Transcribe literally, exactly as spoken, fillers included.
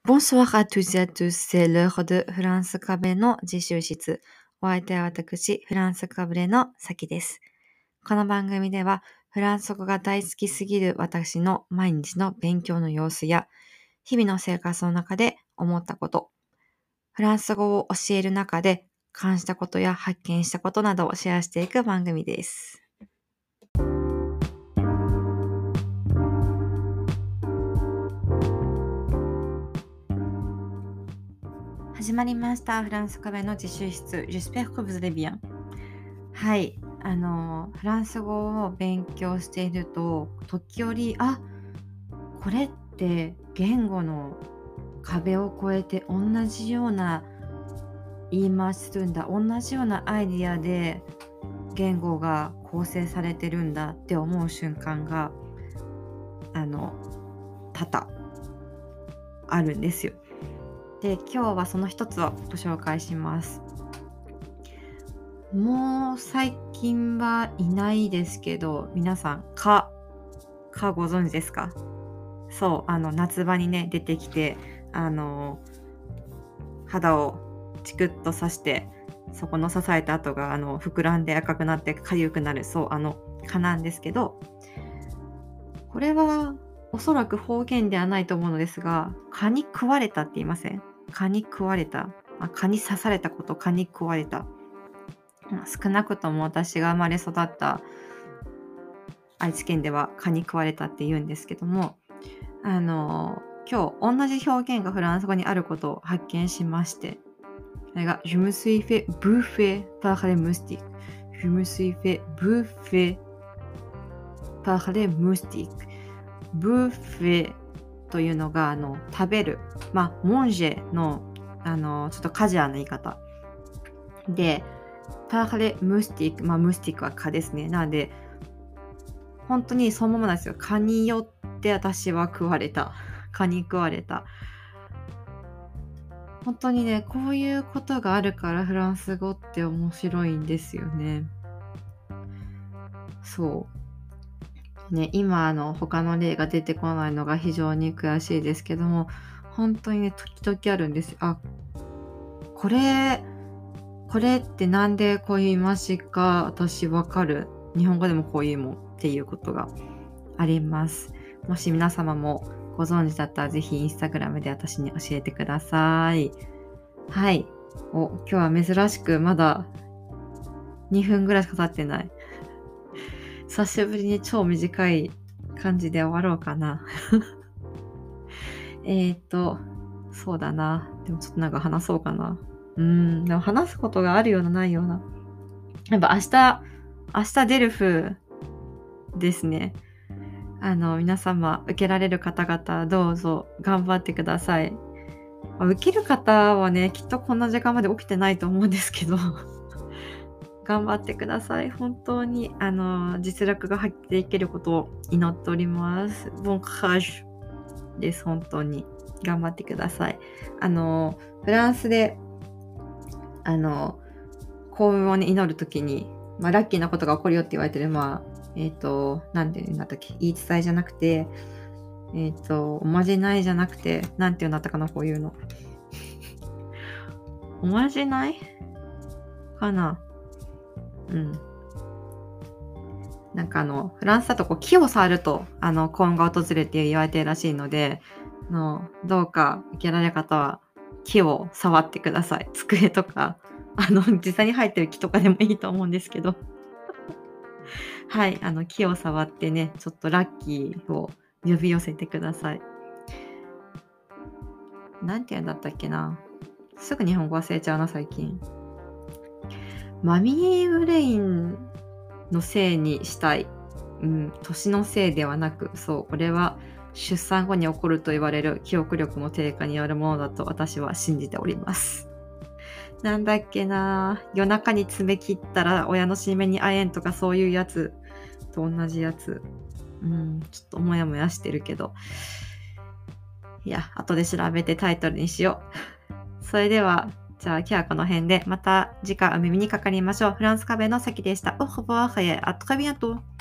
Bonsoir à tous et à tous, c'est l'heure de フランスカベの自習室。お相手は私、フランスカブレのさきです。この番組では、フランス語が大好きすぎる私の毎日の勉強の様子や、日々の生活の中で思ったこと、フランス語を教える中で感じたことや発見したことなどをシェアしていく番組です。始まりました。フランスカベの自習室。J'espère que vous allez bien。はい。あの、フランス語を勉強していると、時折、あ、これって言語の壁を越えて同じような言い回しするんだ。同じようなアイディアで言語が構成されてるんだって思う瞬間が、あの、多々あるんですよ。で、今日はその一つをご紹介します。もう最近はいないですけど、皆さん、蚊、蚊ご存知ですか？そう、あの、夏場にね、出てきて、あの、肌をチクッと刺して、そこの刺された跡が、あの、膨らんで赤くなって痒くなる、そう、あの、蚊なんですけど、これはおそらく方言ではないと思うのですが、蚊に食われたって言いません？蚊に食われた。あ、蚊に刺されたこと、蚊に食われた。まあ少なくとも私が生まれ育った愛知県では蚊に食われたって言うんですけども、あの、今日同じ表現がフランス語にあることを発見しまして、それが Je me suis fait bouffer par les moustiques. Je me suis fait bouffer par les moustiques. bouffer というのがあの食べる、まあモンジェのあのちょっとカジュアルな言い方で、パーレムスティック、まあムスティックは蚊ですね。なので本当にそのままなんですよ。蚊によって私は食われた。蚊に食われた。本当にね、こういうことがあるからフランス語って面白いんですよね。そう。ね、今あの他の例が出てこないのが非常に悔しいですけども、本当にね、時々あるんですよ。あ、これ、これってなんでこういう言い回しか私わかる。日本語でもこういうもんっていうことがあります。もし皆様もご存知だったらぜひインスタグラムで私に教えてください。はい。お、今日は珍しくまだにふんぐらいしか経ってない。久しぶりに超短い感じで終わろうかな。えっと、そうだな。でもちょっとなんか話そうかな。うーん、でも話すことがあるようなないような。やっぱ明日、明日出る風ですね。あの、皆様、受けられる方々、どうぞ頑張ってください。まあ受ける方はね、きっとこんな時間まで起きてないと思うんですけど、頑張ってください。本当に、あの、実力が発揮できることを祈っております。ボンカージュです。本当に。頑張ってください。あの、フランスで、あの、幸運を、ね、祈るときに、まあ、ラッキーなことが起こるよって言われてる、まあ、えっ、と、なんて言うんだったっけ、言い伝えじゃなくて、えっ、と、おまじないじゃなくて、なんて言うんだったかな、こういうの。おまじないかな。うん。なんかあの、フランスだとこう木を触ると、あの、幸運が訪れるって言われてるらしいので、あの、どうか受けられる方は木を触ってください。机とか、あの、実際に生えてる木とかでもいいと思うんですけど。はい、あの、木を触ってね、ちょっとラッキーを呼び寄せてください。なんて言うんだったっけな。すぐ日本語忘れちゃうな、最近。マミーブレインのせいにしたい。うん、年のせいではなく、そう、これは出産後に起こると言われる記憶力の低下によるものだと私は信じております。なんだっけな、夜中に爪切ったら親の死目に会えんとかそういうやつと同じやつ。うん、ちょっともやもやしてるけど。いや、後で調べてタイトルにしよう。それでは、じゃあ今日はこの辺で、また次回お耳にかかりましょう。フランスカベのさきでした。Au revoir et à très bientôt.